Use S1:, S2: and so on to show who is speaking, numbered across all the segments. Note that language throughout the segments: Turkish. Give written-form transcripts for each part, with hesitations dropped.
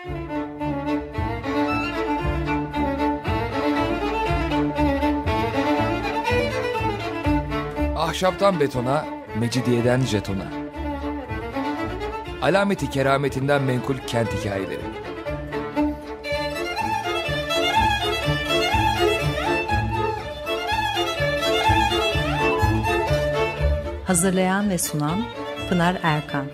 S1: Ahşaptan betona, mecidiyeden jetona. Alameti kerametinden menkul kent hikayeleri.
S2: Hazırlayan ve sunan Pınar Erkan.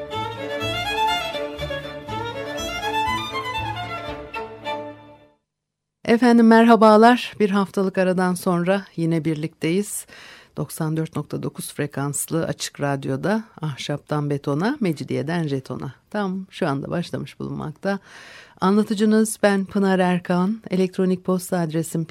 S3: Efendim merhabalar. Bir haftalık aradan sonra yine birlikteyiz. 94.9 frekanslı Açık Radyo'da Ahşaptan Betona, Mecidiyeden Jeton'a. Tam şu anda başlamış bulunmakta. Anlatıcınız ben Pınar Erkan. Elektronik posta adresim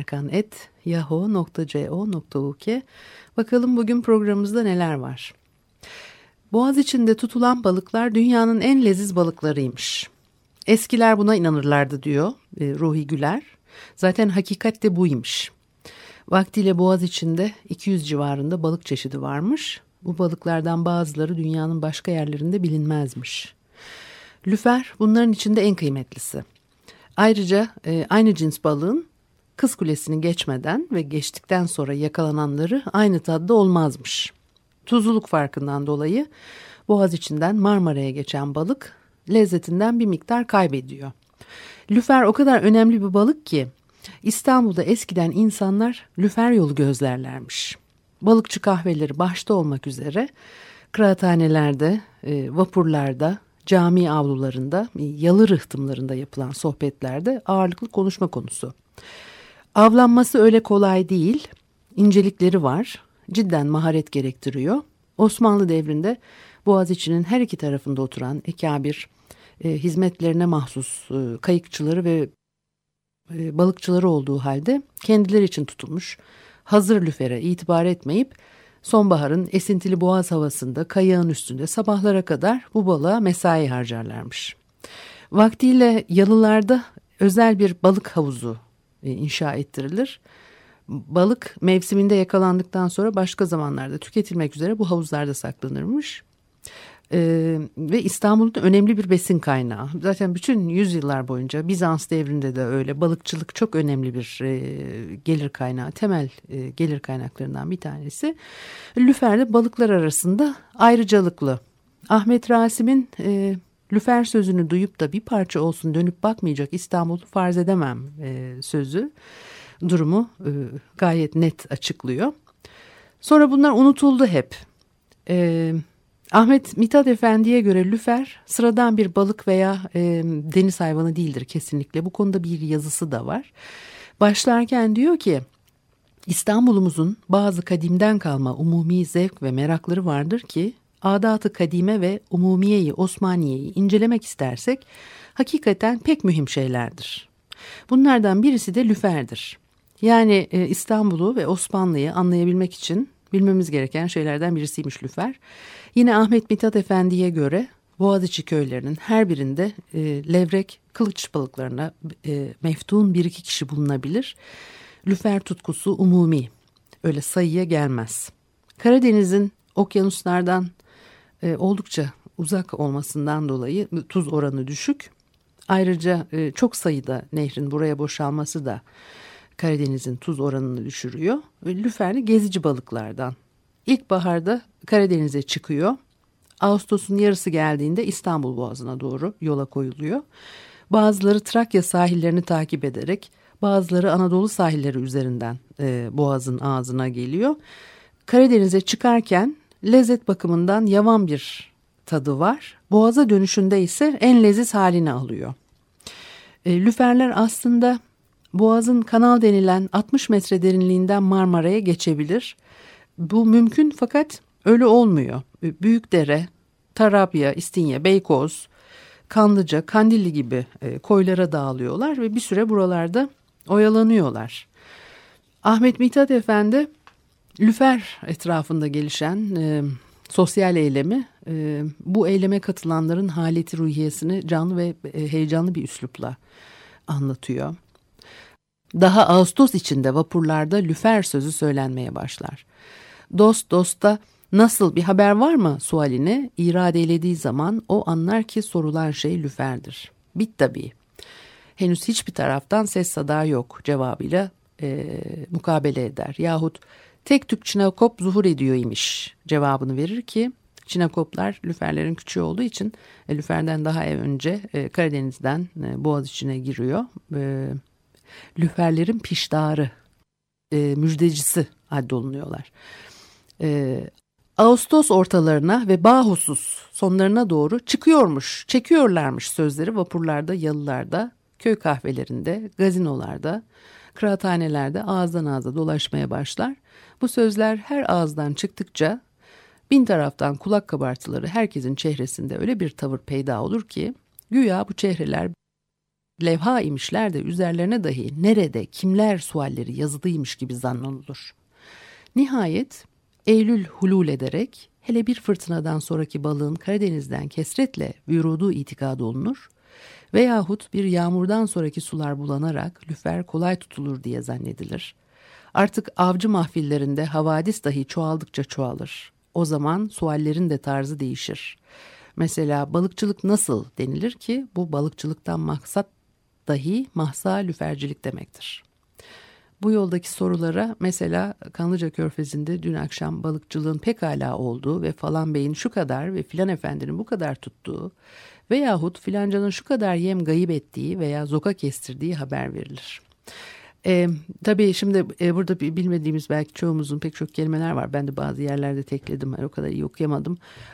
S3: pinarerkan@yahoo.co.uk. Bakalım bugün programımızda neler var. Boğaz içinde tutulan balıklar dünyanın en leziz balıklarıymış. Eskiler buna inanırlardı diyor Ruhi Güler. Zaten hakikat de buymuş. Vaktiyle Boğaz içinde 200 civarında balık çeşidi varmış. Bu balıklardan bazıları dünyanın başka yerlerinde bilinmezmiş. Lüfer bunların içinde en kıymetlisi. Ayrıca aynı cins balığın Kız Kulesi'ni geçmeden ve geçtikten sonra yakalananları aynı tadda olmazmış. Tuzluluk farkından dolayı Boğaz içinden Marmara'ya geçen balık lezzetinden bir miktar kaybediyor. Lüfer o kadar önemli bir balık ki İstanbul'da eskiden insanlar lüfer yolu gözlerlermiş. Balıkçı kahveleri başta olmak üzere kıraathanelerde, vapurlarda, cami avlularında, yalı rıhtımlarında yapılan sohbetlerde ağırlıklı konuşma konusu. Avlanması öyle kolay değil, incelikleri var, cidden maharet gerektiriyor. Osmanlı devrinde Boğaziçi'nin her iki tarafında oturan ekabir, hizmetlerine mahsus kayıkçıları ve balıkçıları olduğu halde kendileri için tutulmuş hazır lüfere itibar etmeyip sonbaharın esintili boğaz havasında kayığın üstünde sabahlara kadar bu balığa mesai harcarlarmış. Vaktiyle yalılarda özel bir balık havuzu inşa ettirilir. Balık mevsiminde yakalandıktan sonra başka zamanlarda tüketilmek üzere bu havuzlarda saklanırmış. Ve İstanbul'un önemli bir besin kaynağı. Zaten bütün yüzyıllar boyunca Bizans devrinde de öyle balıkçılık çok önemli bir gelir kaynağı, temel gelir kaynaklarından bir tanesi. Lüfer de balıklar arasında ayrıcalıklı. Ahmet Rasim'in lüfer sözünü duyup da bir parça olsun dönüp bakmayacak İstanbul'u farz edemem sözü durumu gayet net açıklıyor. Sonra bunlar unutuldu hep. Ahmet Mithat Efendi'ye göre lüfer sıradan bir balık veya deniz hayvanı değildir kesinlikle. Bu konuda bir yazısı da var. Başlarken diyor ki İstanbul'umuzun bazı kadimden kalma umumi zevk ve merakları vardır ki adat-ı kadime ve umumiyeyi Osmaniye'yi incelemek istersek hakikaten pek mühim şeylerdir. Bunlardan birisi de lüferdir. Yani İstanbul'u ve Osmanlı'yı anlayabilmek için bilmemiz gereken şeylerden birisiymiş lüfer. Yine Ahmet Mithat Efendi'ye göre Boğaziçi köylerinin her birinde levrek, kılıç balıklarına meftun bir iki kişi bulunabilir. Lüfer tutkusu umumi, öyle sayıya gelmez. Karadeniz'in okyanuslardan oldukça uzak olmasından dolayı tuz oranı düşük. Ayrıca çok sayıda nehrin buraya boşalması da Karadeniz'in tuz oranını düşürüyor. Lüfer de gezici balıklardan. İlkbaharda Karadeniz'e çıkıyor. Ağustos'un yarısı geldiğinde İstanbul Boğazı'na doğru yola koyuluyor. Bazıları Trakya sahillerini takip ederek, bazıları Anadolu sahilleri üzerinden Boğaz'ın ağzına geliyor. Karadeniz'e çıkarken lezzet bakımından yavan bir tadı var. Boğaz'a dönüşünde ise en leziz halini alıyor. Lüferler aslında Boğaz'ın kanal denilen 60 metre derinliğinden Marmara'ya geçebilir. Bu mümkün fakat öyle olmuyor. Büyükdere, Tarabya, İstinye, Beykoz, Kanlıca, Kandilli gibi koylara dağılıyorlar ve bir süre buralarda oyalanıyorlar. Ahmet Mithat Efendi lüfer etrafında gelişen sosyal eylemi, bu eyleme katılanların haleti ruhiyesini canlı ve heyecanlı bir üslupla anlatıyor. Daha Ağustos içinde vapurlarda lüfer sözü söylenmeye başlar. Dost dosta nasıl bir haber var mı sualine irade eylediği zaman o anlar ki sorulan şey lüferdir. Bit tabii. Henüz hiçbir taraftan ses sada yok cevabıyla mukabele eder. Yahut tek tük çinakop zuhur ediyor imiş cevabını verir ki çinakoplar lüferlerin küçüğü olduğu için lüferden daha önce Karadeniz'den Boğaziçi'ne giriyor. Lüferlerin piştarı, müjdecisi addolunuyorlar. Ağustos ortalarına ve bahusuz sonlarına doğru çekiyorlarmış sözleri vapurlarda, yalılarda, köy kahvelerinde, gazinolarda, kıraathanelerde ağızdan ağza dolaşmaya başlar. Bu sözler her ağızdan çıktıkça bin taraftan kulak kabartıları herkesin çehresinde öyle bir tavır peyda olur ki güya bu çehreler levha imişler de üzerlerine dahi nerede kimler sualleri yazılıymış gibi zannolur. Nihayet Eylül hulul ederek hele bir fırtınadan sonraki balığın Karadeniz'den kesretle vürudu itikadı olunur veyahut bir yağmurdan sonraki sular bulanarak lüfer kolay tutulur diye zannedilir. Artık avcı mahfillerinde havadis dahi çoğaldıkça çoğalır. O zaman suallerin de tarzı değişir. Mesela balıkçılık nasıl denilir ki bu balıkçılıktan maksat dahi mahsa lüfercilik demektir. Bu yoldaki sorulara mesela Kanlıca Körfezi'nde dün akşam balıkçılığın pekala olduğu ve falan beyin şu kadar ve filan efendinin bu kadar tuttuğu veyahut filancanın şu kadar yem gayip ettiği veya zoka kestirdiği haber verilir. Tabii şimdi burada bilmediğimiz belki çoğumuzun pek çok kelimeler var. Ben de bazı yerlerde tekledim. O kadar iyi okuyamadım.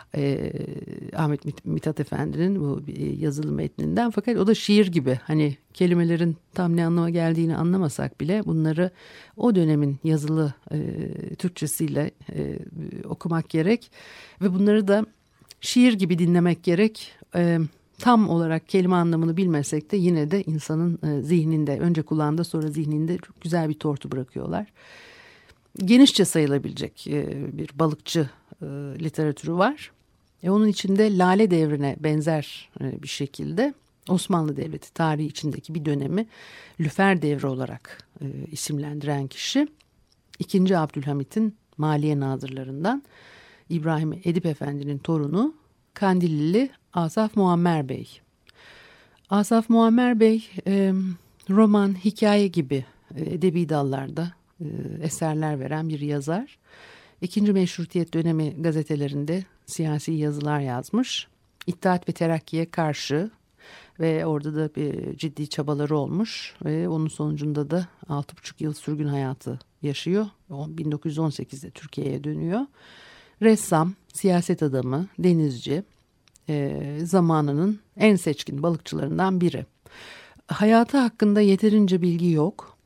S3: Ahmet Mithat Efendi'nin bu yazılı metninden. Fakat o da şiir gibi. Hani kelimelerin tam ne anlama geldiğini anlamasak bile bunları o dönemin yazılı Türkçesiyle okumak gerek. Ve bunları da şiir gibi dinlemek gerek. Tam olarak kelime anlamını bilmesek de yine de insanın zihninde, önce kulağında sonra zihninde çok güzel bir tortu bırakıyorlar. Genişçe sayılabilecek bir balıkçı literatürü var. Onun içinde Lale Devri'ne benzer bir şekilde Osmanlı Devleti tarihi içindeki bir dönemi Lüfer Devri olarak isimlendiren kişi 2. Abdülhamit'in Maliye Nazırlarından İbrahim Edip Efendi'nin torunu Kandilili Asaf Muammer Bey. Asaf Muammer Bey roman, hikaye gibi edebi dallarda eserler veren bir yazar. 2. Meşrutiyet dönemi gazetelerinde siyasi yazılar yazmış. İttihat ve Terakki'ye karşı ve orada da bir ciddi çabaları olmuş. Ve onun sonucunda da 6,5 yıl sürgün hayatı yaşıyor. 1918'de Türkiye'ye dönüyor. Ressam, siyaset adamı, denizci, zamanının en seçkin balıkçılarından biri. Hayatı hakkında yeterince bilgi yok.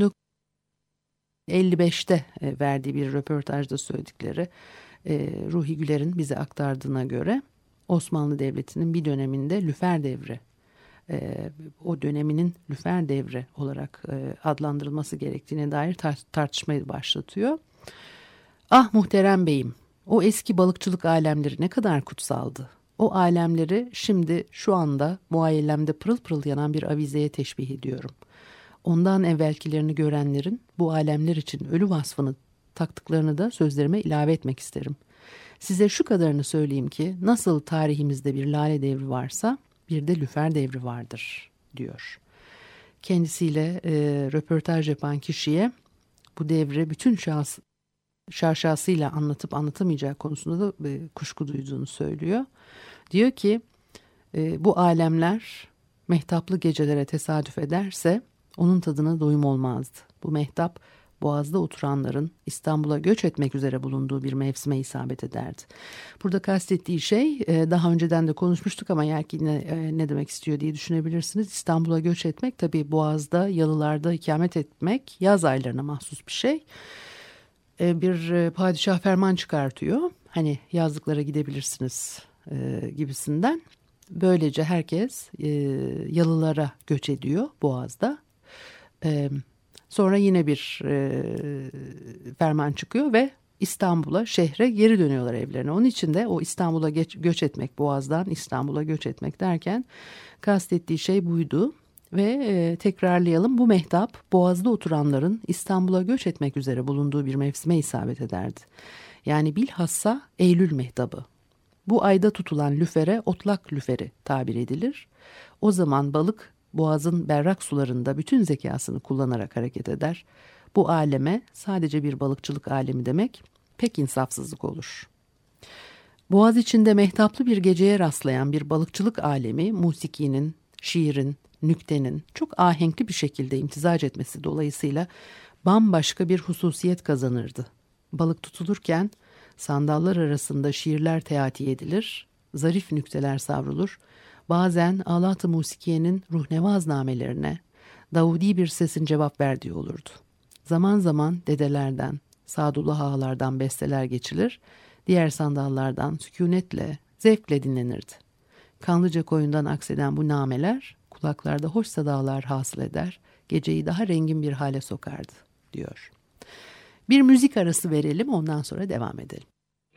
S3: 1955'te verdiği bir röportajda söyledikleri Ruhi Güler'in bize aktardığına göre Osmanlı Devleti'nin bir döneminde Lüfer Devri, o döneminin Lüfer Devri olarak adlandırılması gerektiğine dair tartışmayı başlatıyor. Ah muhterem beyim, o eski balıkçılık alemleri ne kadar kutsaldı. O alemleri şimdi şu anda muayyelemde pırıl pırıl yanan bir avizeye teşbih ediyorum. Ondan evvelkilerini görenlerin bu alemler için ölü vasfını taktıklarını da sözlerime ilave etmek isterim. Size şu kadarını söyleyeyim ki nasıl tarihimizde bir Lale Devri varsa bir de Lüfer Devri vardır diyor. Kendisiyle röportaj yapan kişiye bu devri bütün şaşasıyla anlatıp anlatamayacağı konusunda da kuşku duyduğunu söylüyor. Diyor ki bu alemler mehtaplı gecelere tesadüf ederse onun tadına doyum olmazdı. Bu mehtap Boğaz'da oturanların İstanbul'a göç etmek üzere bulunduğu bir mevsime isabet ederdi. Burada kastettiği şey daha önceden de konuşmuştuk ama belki ne demek istiyor diye düşünebilirsiniz. İstanbul'a göç etmek tabii Boğaz'da, yalılarda ikamet etmek yaz aylarına mahsus bir şey. Bir padişah ferman çıkartıyor. Hani yazlıklara gidebilirsiniz gibisinden. Böylece herkes yalılara göç ediyor Boğaz'da. Sonra yine bir ferman çıkıyor ve İstanbul'a, şehre geri dönüyorlar evlerine. Onun için de o İstanbul'a göç etmek, Boğaz'dan İstanbul'a göç etmek derken kastettiği şey buydu. Ve tekrarlayalım, bu mehtap Boğaz'da oturanların İstanbul'a göç etmek üzere bulunduğu bir mevsime isabet ederdi. Yani bilhassa Eylül mehtabı. Bu ayda tutulan lüfere otlak lüferi tabir edilir. O zaman balık boğazın berrak sularında bütün zekasını kullanarak hareket eder. Bu aleme sadece bir balıkçılık alemi demek pek insafsızlık olur. Boğaz içinde mehtaplı bir geceye rastlayan bir balıkçılık alemi musikinin, şiirin, nüktenin çok ahenkli bir şekilde imtizac etmesi dolayısıyla bambaşka bir hususiyet kazanırdı. Balık tutulurken sandallar arasında şiirler teati edilir, zarif nükteler savrulur, bazen ağlat-ı musikiyenin ruhnevaz namelerine Davudi bir sesin cevap verdiği olurdu. Zaman zaman dedelerden, Sadullah ağalardan besteler geçilir, diğer sandallardan sükunetle, zevkle dinlenirdi. Kanlıca koyundan akseden bu nameler kulaklarda hoş sadalar hasıl eder, geceyi daha rengin bir hale sokardı, diyor. Bir müzik arası verelim, ondan sonra devam edelim.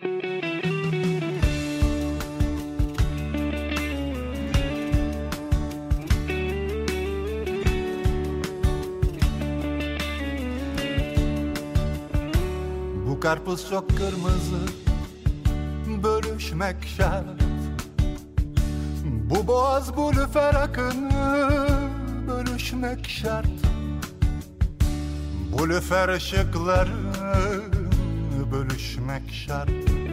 S4: Bu karpuz çok kırmızı, bölüşmek şart. Bu boğaz, bu lüfer akını bölüşmek şart. Bu lüfer ışıkları bölüşmek şart.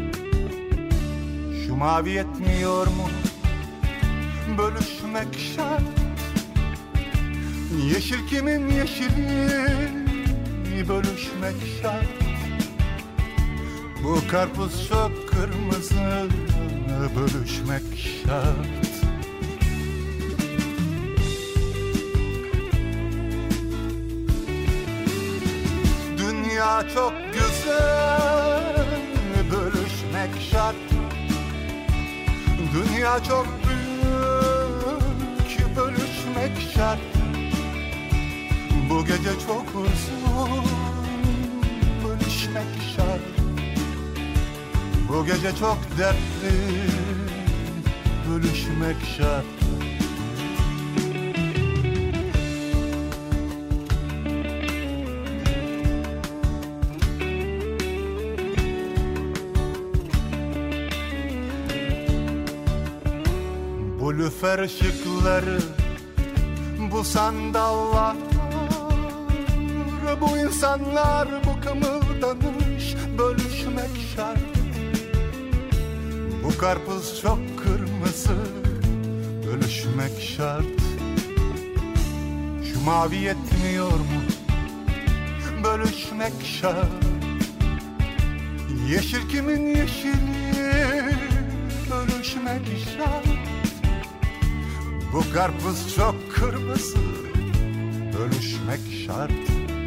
S4: Şu mavi yetmiyor mu? Bölüşmek şart. Yeşil kimin yeşili? Bölüşmek şart. Bu karpuz çok kırmızı, bölüşmek şart. Dünya çok güzel, bölüşmek şart. Dünya çok büyük, bölüşmek şart. Bu gece çok uzun, bölüşmek şart. Bu gece çok dertli, bölüşmek şart. Bu lüfer ışıkları, bu sandallar, bu insanlar, bu kımıldanış, bölüşmek şart. Bu karpuz çok kırmızı, bölüşmek şart. Şu mavi yetmiyor mu? Bölüşmek şart. Yeşil kimin yeşili? Bölüşmek şart. Bu karpuz çok kırmızı, bölüşmek şart.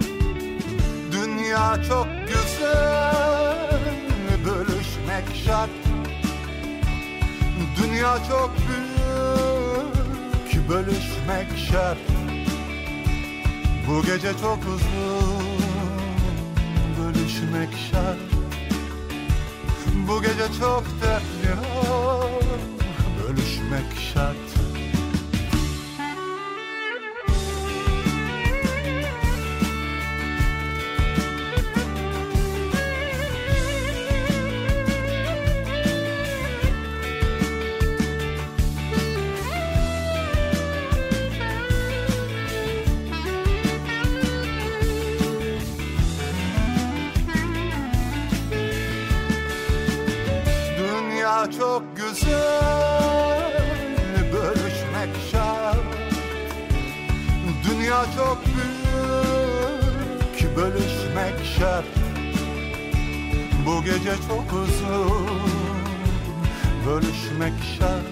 S4: Dünya çok güzel, bölüşmek şart. Dünya çok büyük, bölüşmek şart. Bu gece çok uzun, bölüşmek şart. Bu gece çok dertli, bölüşmek şart. Çok güzel, bölüşmek şart. Dünya çok büyük, bölüşmek şart. Bu gece çok uzun, bölüşmek şart.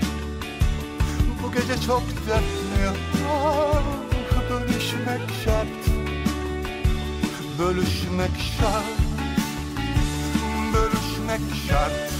S4: Bu gece çok dertli, bölüşmek şart. Bölüşmek şart, bölüşmek şart.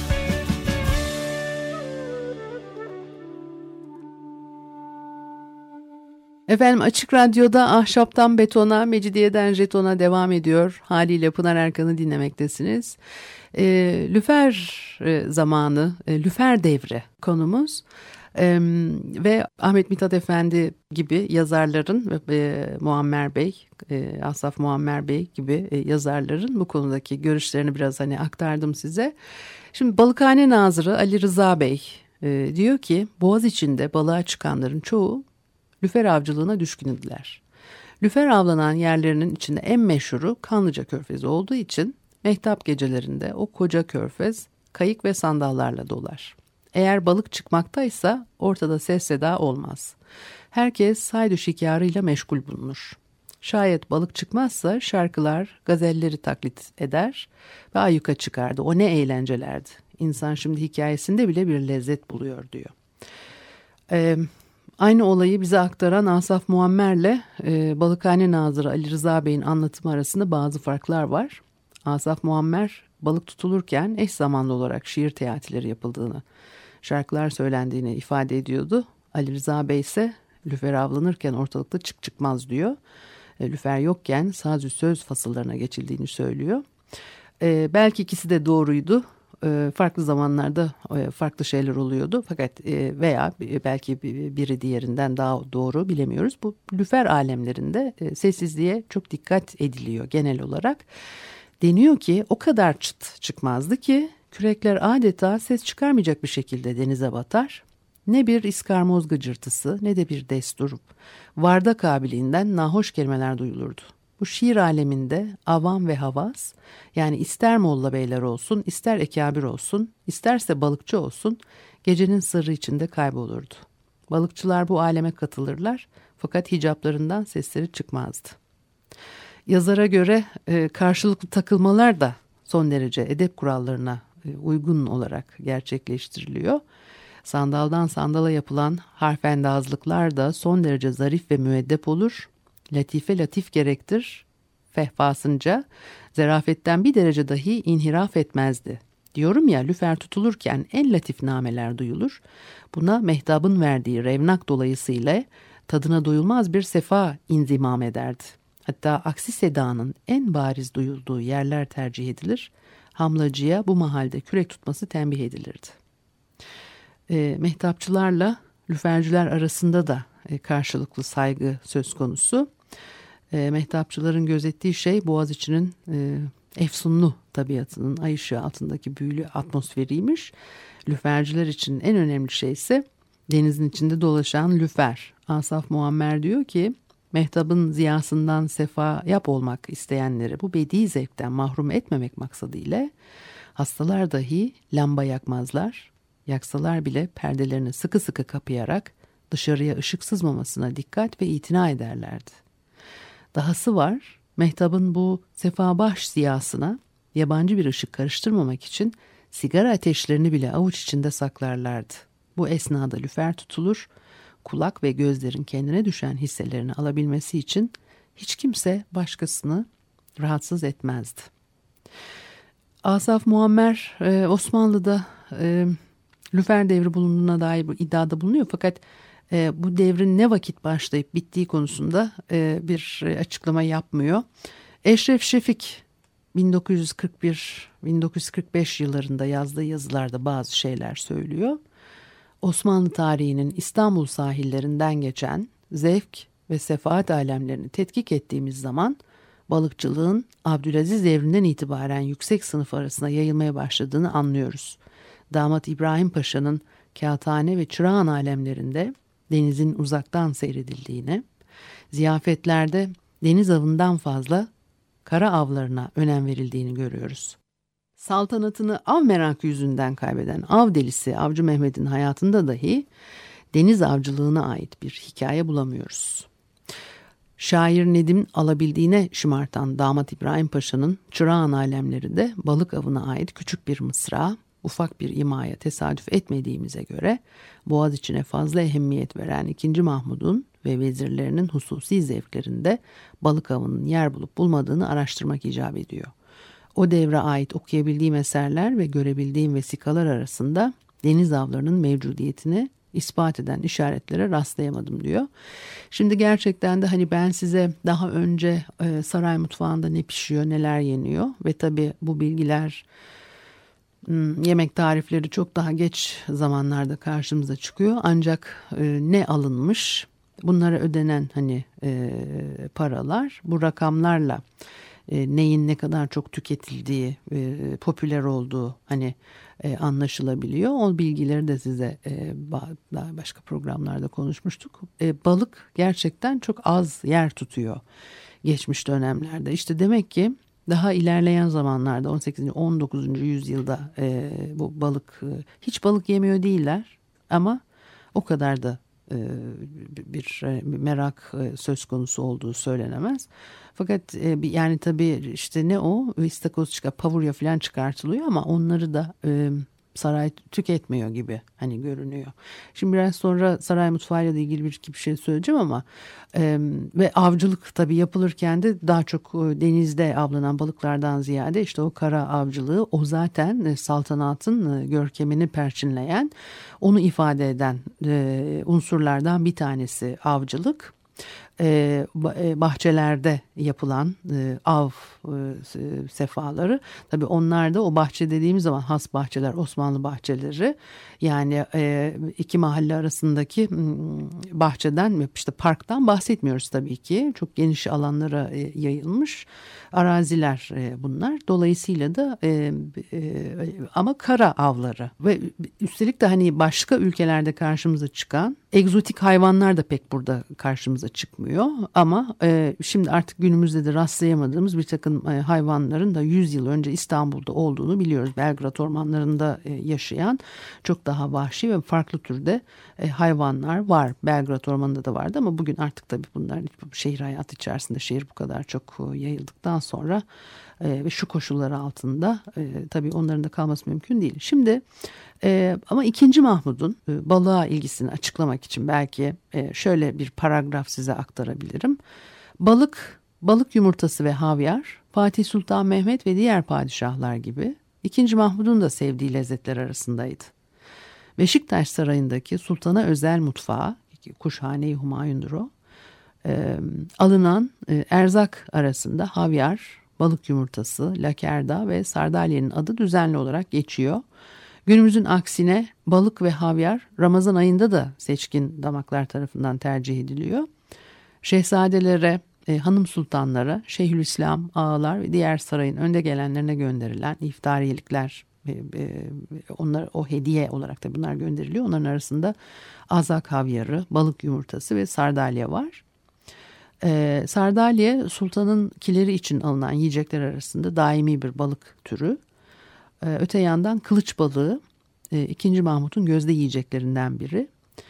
S3: Efendim, Açık Radyo'da Ahşaptan Betona, Mecidiyeden Jeton'a devam ediyor. Haliyle Pınar Erkan'ı dinlemektesiniz. Lüfer zamanı, Lüfer devri konumuz. Ve Ahmet Mithat Efendi gibi yazarların, Muammer Bey, Asaf Muammer Bey gibi yazarların bu konudaki görüşlerini biraz aktardım size. Şimdi Balıkhane Nazırı Ali Rıza Bey diyor ki Boğaz içinde balığa çıkanların çoğu lüfer avcılığına düşkün idiler. Lüfer avlanan yerlerinin içinde en meşhuru Kanlıca Körfezi olduğu için mehtap gecelerinde o koca körfez kayık ve sandallarla dolar. Eğer balık çıkmaktaysa ortada ses seda olmaz. Herkes saydu şikarıyla meşgul bulunur. Şayet balık çıkmazsa şarkılar, gazelleri taklit eder ve ayyuka çıkardı. O ne eğlencelerdi. İnsan şimdi hikayesinde bile bir lezzet buluyor diyor. Aynı olayı bize aktaran Asaf Muammer'le Balıkhane Nazırı Ali Rıza Bey'in anlatımı arasında bazı farklar var. Asaf Muammer balık tutulurken eş zamanlı olarak şiir teatileri yapıldığını, şarkılar söylendiğini ifade ediyordu. Ali Rıza Bey ise lüfer avlanırken ortalıkta çık çıkmaz diyor. Lüfer yokken sazü söz fasıllarına geçildiğini söylüyor. Belki ikisi de doğruydu. Farklı zamanlarda farklı şeyler oluyordu. Fakat veya belki biri diğerinden daha doğru bilemiyoruz. Bu lüfer alemlerinde sessizliğe çok dikkat ediliyor genel olarak. Deniyor ki o kadar çıt çıkmazdı ki kürekler adeta ses çıkarmayacak bir şekilde denize batar. Ne bir iskarmoz gıcırtısı ne de bir destur, varda kabiliğinden nahoş kelimeler duyulurdu. Bu şiir aleminde avam ve havas, yani ister molla beyler olsun, ister ekabir olsun, isterse balıkçı olsun, gecenin sırrı içinde kaybolurdu. Balıkçılar bu aleme katılırlar fakat hicaplarından sesleri çıkmazdı. Yazara göre karşılıklı takılmalar da son derece edep kurallarına uygun olarak gerçekleştiriliyor. Sandaldan sandala yapılan harfendazlıklar da son derece zarif ve müeddep olur. Latife latif gerektir. Fehvasınca zarafetten bir derece dahi inhiraf etmezdi. Diyorum ya lüfer tutulurken en latif nameler duyulur. Buna mehtabın verdiği revnak dolayısıyla tadına doyulmaz bir sefa inzimam ederdi. Hatta aksi sedanın en bariz duyulduğu yerler tercih edilir. Hamlacıya bu mahalde kürek tutması tembih edilirdi. Mehtapçılarla lüferciler arasında da karşılıklı saygı söz konusu. Mehtapçıların gözettiği şey Boğaziçi'nin efsunlu tabiatının ay ışığı altındaki büyülü atmosferiymiş. Lüferciler için en önemli şey ise denizin içinde dolaşan lüfer. Asaf Muammer diyor ki mehtabın ziyasından sefa yap olmak isteyenleri bu bedi zevkten mahrum etmemek maksadıyla hastalar dahi lamba yakmazlar. Yaksalar bile perdelerini sıkı sıkı kapayarak dışarıya ışık sızmamasına dikkat ve itina ederlerdi. Dahası var, mehtabın bu sefabaş ziyasına yabancı bir ışık karıştırmamak için sigara ateşlerini bile avuç içinde saklarlardı. Bu esnada lüfer tutulur, kulak ve gözlerin kendine düşen hisselerini alabilmesi için hiç kimse başkasını rahatsız etmezdi. Asaf Muammer Osmanlı'da lüfer devri bulunduğuna dair bu iddiada bulunuyor fakat bu devrin ne vakit başlayıp bittiği konusunda bir açıklama yapmıyor. Eşref Şefik 1941-1945 yıllarında yazdığı yazılarda bazı şeyler söylüyor. Osmanlı tarihinin İstanbul sahillerinden geçen zevk ve sefaat alemlerini tetkik ettiğimiz zaman balıkçılığın Abdülaziz devrinden itibaren yüksek sınıf arasına yayılmaya başladığını anlıyoruz. Damat İbrahim Paşa'nın kağıthane ve çırağan alemlerinde denizin uzaktan seyredildiğini, ziyafetlerde deniz avından fazla kara avlarına önem verildiğini görüyoruz. Saltanatını av merakı yüzünden kaybeden av delisi Avcı Mehmet'in hayatında dahi deniz avcılığına ait bir hikaye bulamıyoruz. Şair Nedim alabildiğine şımartan Damat İbrahim Paşa'nın çırağan alemlerinde balık avına ait küçük bir mısra, ufak bir imaya tesadüf etmediğimize göre Boğaziçi'ne fazla ehemmiyet veren 2. Mahmud'un ve vezirlerinin hususi zevklerinde balık avının yer bulup bulmadığını araştırmak icap ediyor. O devre ait okuyabildiğim eserler ve görebildiğim vesikalar arasında deniz avlarının mevcudiyetini ispat eden işaretlere rastlayamadım diyor. Şimdi gerçekten de hani ben size daha önce saray mutfağında ne pişiyor, neler yeniyor ve tabii bu bilgiler yemek tarifleri çok daha geç zamanlarda karşımıza çıkıyor. Ancak ne alınmış, bunlara ödenen hani paralar bu rakamlarla neyin ne kadar çok tüketildiği, popüler olduğu hani anlaşılabiliyor. O bilgileri de size daha başka programlarda konuşmuştuk. Balık gerçekten çok az yer tutuyor geçmiş dönemlerde. İşte demek ki daha ilerleyen zamanlarda 18. 19. yüzyılda bu balık hiç balık yemiyor değiller ama o kadar da bir merak söz konusu olduğu söylenemez. Fakat yani tabii işte ne o istakoz pavurya falan çıkartılıyor ama onları da saray tüketmiyor gibi hani görünüyor. Şimdi biraz sonra saray mutfağıyla da ilgili bir şey söyleyeceğim ama ve avcılık tabii yapılırken de daha çok denizde avlanan balıklardan ziyade işte o kara avcılığı, o zaten saltanatın görkemini perçinleyen, onu ifade eden unsurlardan bir tanesi avcılık. Bahçelerde yapılan av sefaları, tabii onlar da o bahçe dediğimiz zaman has bahçeler, Osmanlı bahçeleri, yani iki mahalle arasındaki bahçeden, işte parktan bahsetmiyoruz tabii ki, çok geniş alanlara yayılmış araziler bunlar. Dolayısıyla da ama kara avları ve üstelik de hani başka ülkelerde karşımıza çıkan egzotik hayvanlar da pek burada karşımıza çıkmıyor. Ama şimdi artık günümüzde de rastlayamadığımız bir takım hayvanların da 100 yıl önce İstanbul'da olduğunu biliyoruz. Belgrad ormanlarında yaşayan çok daha vahşi ve farklı türde hayvanlar var. Belgrad ormanında da vardı ama bugün artık tabii bunlar şehir hayatı içerisinde, şehir bu kadar çok yayıldıktan sonra ve şu koşullar altında tabii onların da kalması mümkün değil. Şimdi ama 2. Mahmud'un balığa ilgisini açıklamak için belki şöyle bir paragraf size aktarabilirim. Balık yumurtası ve havyar, Fatih Sultan Mehmet ve diğer padişahlar gibi 2. Mahmud'un da sevdiği lezzetler arasındaydı. Beşiktaş Sarayı'ndaki sultana özel mutfağı, Kuşhane-i Humayun'dur o, alınan erzak arasında havyar, balık yumurtası, lakerda ve sardalyenin adı düzenli olarak geçiyor. Günümüzün aksine balık ve havyar Ramazan ayında da seçkin damaklar tarafından tercih ediliyor. Şehzadelere, hanım sultanlara, Şeyhülislam, ağalar ve diğer sarayın önde gelenlerine gönderilen iftariyelikler, onlar o hediye olarak da bunlar gönderiliyor. Onların arasında azak havyarı, balık yumurtası ve sardalye var. Sardalye sultanın kileri için alınan yiyecekler arasında daimi bir balık türü. Öte yandan kılıç balığı 2. Mahmud'un gözde yiyeceklerinden biri.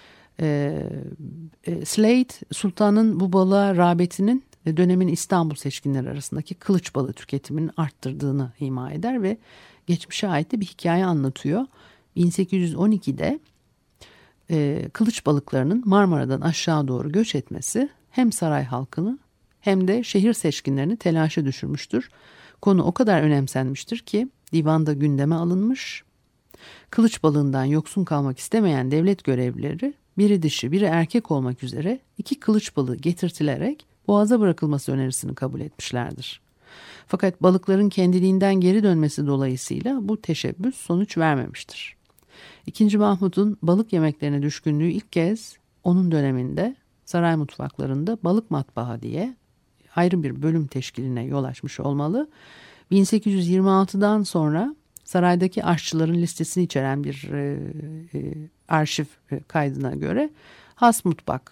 S3: Slade sultanın bu balığa rağbetinin dönemin İstanbul seçkinleri arasındaki kılıç balığı tüketiminin arttırdığını ima eder ve geçmişe ait de bir hikaye anlatıyor. 1812'de kılıç balıklarının Marmara'dan aşağı doğru göç etmesi hem saray halkını hem de şehir seçkinlerini telaşa düşürmüştür. Konu o kadar önemsenmiştir ki divanda gündeme alınmış. Kılıç balığından yoksun kalmak istemeyen devlet görevlileri biri dişi biri erkek olmak üzere 2 kılıç balığı getirtilerek boğaza bırakılması önerisini kabul etmişlerdir. Fakat balıkların kendiliğinden geri dönmesi dolayısıyla bu teşebbüs sonuç vermemiştir. 2. Mahmud'un balık yemeklerine düşkünlüğü ilk kez onun döneminde saray mutfaklarında balık matbaha diye ayrı bir bölüm teşkiline yol açmış olmalı. 1826'dan sonra saraydaki aşçıların listesini içeren bir arşiv kaydına göre has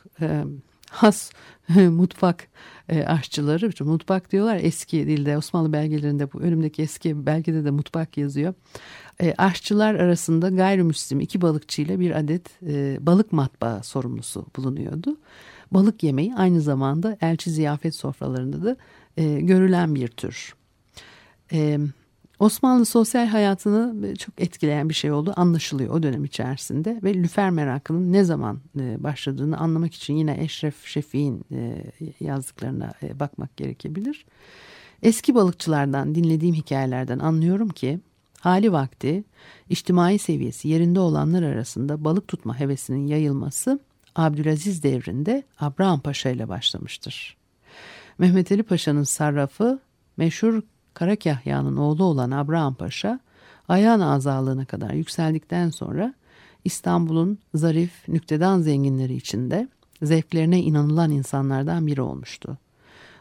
S3: mutfak aşçıları, mutfak diyorlar eski dilde, Osmanlı belgelerinde, bu önümdeki eski belgede de mutfak yazıyor. Aşçılar arasında gayrimüslim 2 balıkçıyla bir adet balık matbaa sorumlusu bulunuyordu. Balık yemeği aynı zamanda elçi ziyafet sofralarında da görülen bir tür. Osmanlı sosyal hayatını çok etkileyen bir şey oldu anlaşılıyor o dönem içerisinde ve lüfer merakının ne zaman başladığını anlamak için yine Eşref Şefik'in yazdıklarına bakmak gerekebilir. Eski balıkçılardan dinlediğim hikayelerden anlıyorum ki hali vakti içtimai seviyesi yerinde olanlar arasında balık tutma hevesinin yayılması Abdülaziz devrinde Abraham Paşa ile başlamıştır. Mehmet Ali Paşa'nın sarrafı meşhur Karakyahya'nın oğlu olan Abraham Paşa ayağın azalığına kadar yükseldikten sonra İstanbul'un zarif, nüktedan zenginleri içinde zevklerine inanılan insanlardan biri olmuştu.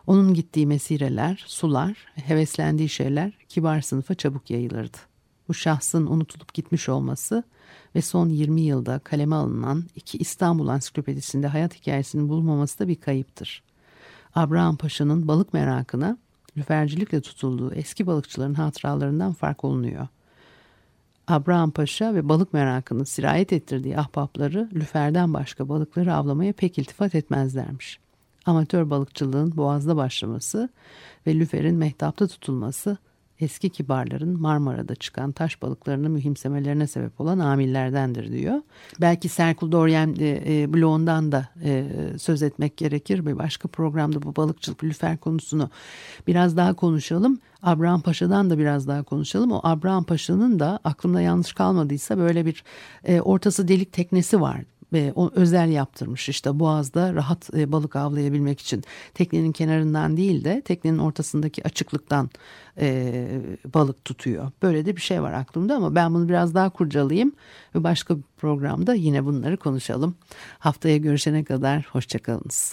S3: Onun gittiği mesireler, sular, heveslendiği şeyler kibar sınıfa çabuk yayılırdı. Bu şahsın unutulup gitmiş olması ve son 20 yılda kaleme alınan 2 İstanbul Ansiklopedisi'nde hayat hikayesinin bulunmaması da bir kayıptır. Abraham Paşa'nın balık merakına lüfercilikle tutulduğu eski balıkçıların hatıralarından fark olunuyor. Abraham Paşa ve balık merakını sirayet ettirdiği ahbapları lüferden başka balıkları avlamaya pek iltifat etmezlermiş. Amatör balıkçılığın Boğaz'da başlaması ve lüferin mehtapta tutulması eski kibarların Marmara'da çıkan taş balıklarını mühimsemelerine sebep olan amillerdendir diyor. Belki Serkul Doryen bloğundan da söz etmek gerekir. Bir başka programda bu balıkçılık, lüfer konusunu biraz daha konuşalım. Abraham Paşa'dan da biraz daha konuşalım. O Abraham Paşa'nın da aklımda yanlış kalmadıysa böyle bir ortası delik teknesi var. Ve o özel yaptırmış işte Boğaz'da rahat balık avlayabilmek için teknenin kenarından değil de teknenin ortasındaki açıklıktan balık tutuyor. Böyle de bir şey var aklımda ama ben bunu biraz daha kurcalayayım ve başka bir programda yine bunları konuşalım. Haftaya görüşene kadar hoşçakalınız.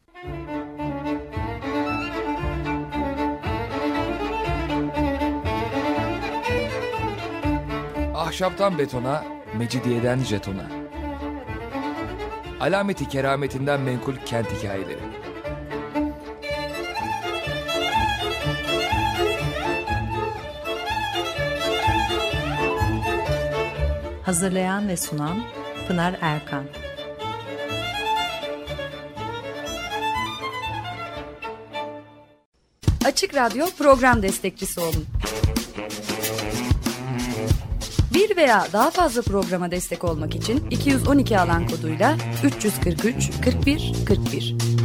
S1: Ahşaptan betona, mecidiyeden jetona. Alameti kerametinden menkul kent hikayeleri.
S2: Hazırlayan ve sunan Pınar Erkan.
S5: Açık Radyo program destekçisi olun. Bir veya daha fazla programa destek olmak için 212 alan koduyla 343 41 41.